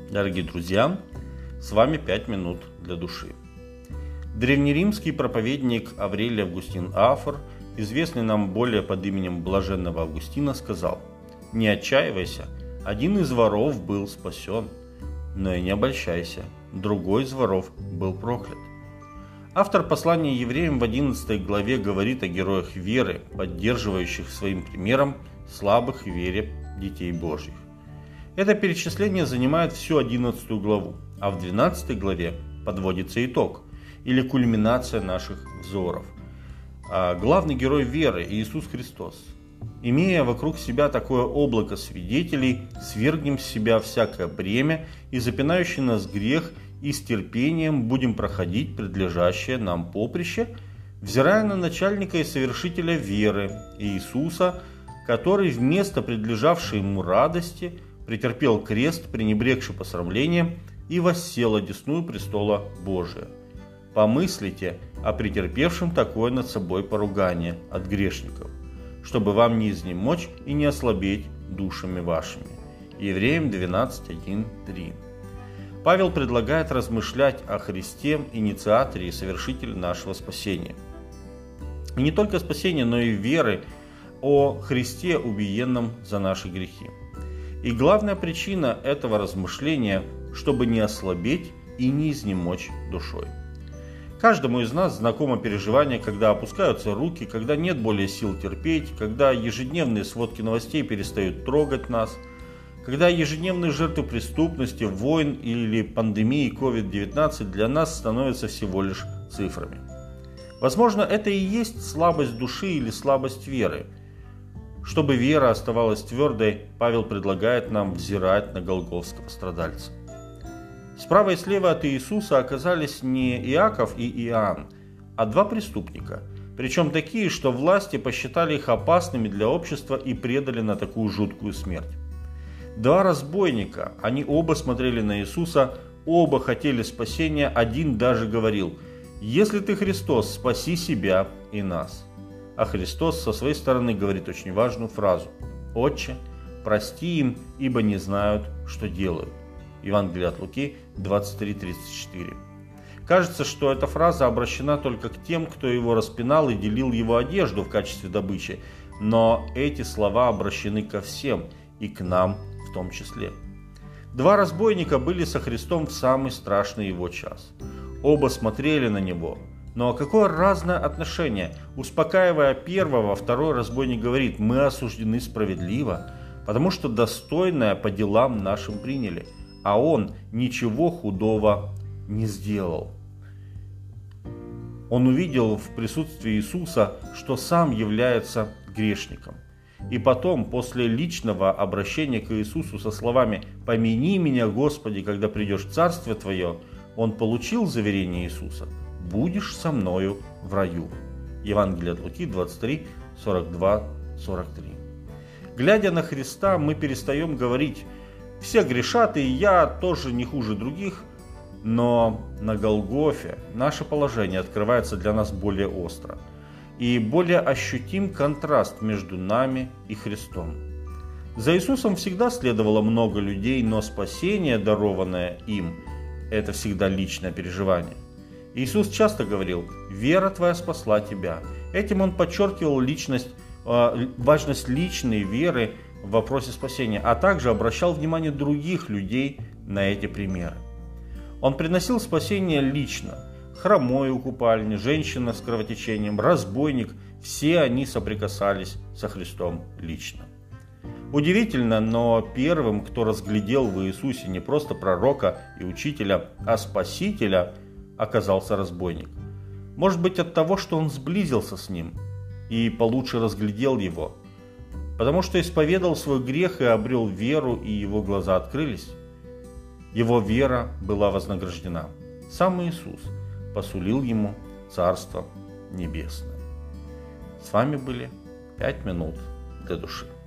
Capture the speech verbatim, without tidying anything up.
Дорогие друзья, с вами пять минут для души. Древнеримский проповедник Аврелий Августин Афор, известный нам более под именем Блаженного Августина, сказал: «Не отчаивайся, один из воров был спасен, но и не обольщайся, другой из воров был проклят». Автор послания евреям в одиннадцатой главе говорит о героях веры, поддерживающих своим примером слабых в вере детей Божьих. Это перечисление занимает всю одиннадцатую главу, а в двенадцатой главе подводится итог или кульминация наших взоров. А главный герой веры – Иисус Христос. Имея вокруг себя такое облако свидетелей, свергнем с себя всякое бремя и запинающий нас грех, и с терпением будем проходить предлежащее нам поприще, взирая на начальника и совершителя веры Иисуса, который вместо предлежавшей ему радости претерпел крест, пренебрегший посрамлением, и воссел одесную престола Божия. Помыслите о претерпевшем такое над собой поругание от грешников, чтобы вам не изнемочь и не ослабеть душами вашими. Евреям двенадцать, один, три. Павел предлагает размышлять о Христе, инициаторе и совершителе нашего спасения. И не только спасения, но и веры о Христе, убиенном за наши грехи. И главная причина этого размышления, чтобы не ослабеть и не изнемочь душой. Каждому из нас знакомо переживание, когда опускаются руки, когда нет более сил терпеть, когда ежедневные сводки новостей перестают трогать нас, когда ежедневные жертвы преступности, войн или пандемии ковид девятнадцать для нас становятся всего лишь цифрами. Возможно, это и есть слабость души или слабость веры. Чтобы вера оставалась твердой, Павел предлагает нам взирать на голгофского страдальца. Справа и слева от Иисуса оказались не Иаков и Иоанн, а два преступника, причем такие, что власти посчитали их опасными для общества и предали на такую жуткую смерть. Два разбойника, они оба смотрели на Иисуса, оба хотели спасения, один даже говорил: «Если ты Христос, спаси себя и нас». А Христос со своей стороны говорит очень важную фразу: «Отче, прости им, ибо не знают, что делают». Евангелие от Луки двадцать три, тридцать четыре. Кажется, что эта фраза обращена только к тем, кто его распинал и делил его одежду в качестве добычи, но эти слова обращены ко всем, и к нам в том числе. Два разбойника были со Христом в самый страшный его час. Оба смотрели на него. Но какое разное отношение. Успокаивая первого, второй разбойник говорит: «Мы осуждены справедливо, потому что достойное по делам нашим приняли, а он ничего худого не сделал». Он увидел в присутствии Иисуса, что сам является грешником. И потом, после личного обращения к Иисусу со словами «Помяни меня, Господи, когда придешь в Царствие Твое», он получил заверение Иисуса: «Будешь со мною в раю». Евангелие от Луки двадцать три, сорок два, сорок три. Глядя на Христа, мы перестаем говорить: «Все грешат, и я тоже не хуже других», но на Голгофе наше положение открывается для нас более остро. И более ощутим контраст между нами и Христом. За Иисусом всегда следовало много людей, но спасение, дарованное им, это всегда личное переживание. Иисус часто говорил: «Вера твоя спасла тебя». Этим он подчеркивал личность, важность личной веры в вопросе спасения, а также обращал внимание других людей на эти примеры. Он приносил спасение лично. Хромой у купальни, женщина с кровотечением, разбойник – все они соприкасались со Христом лично. Удивительно, но первым, кто разглядел в Иисусе не просто пророка и учителя, а спасителя, оказался разбойник. Может быть, от того, что он сблизился с ним и получше разглядел его, потому что исповедал свой грех и обрел веру, и его глаза открылись. Его вера была вознаграждена. Сам Иисус посулил ему Царство Небесное. С вами были пять минут для души.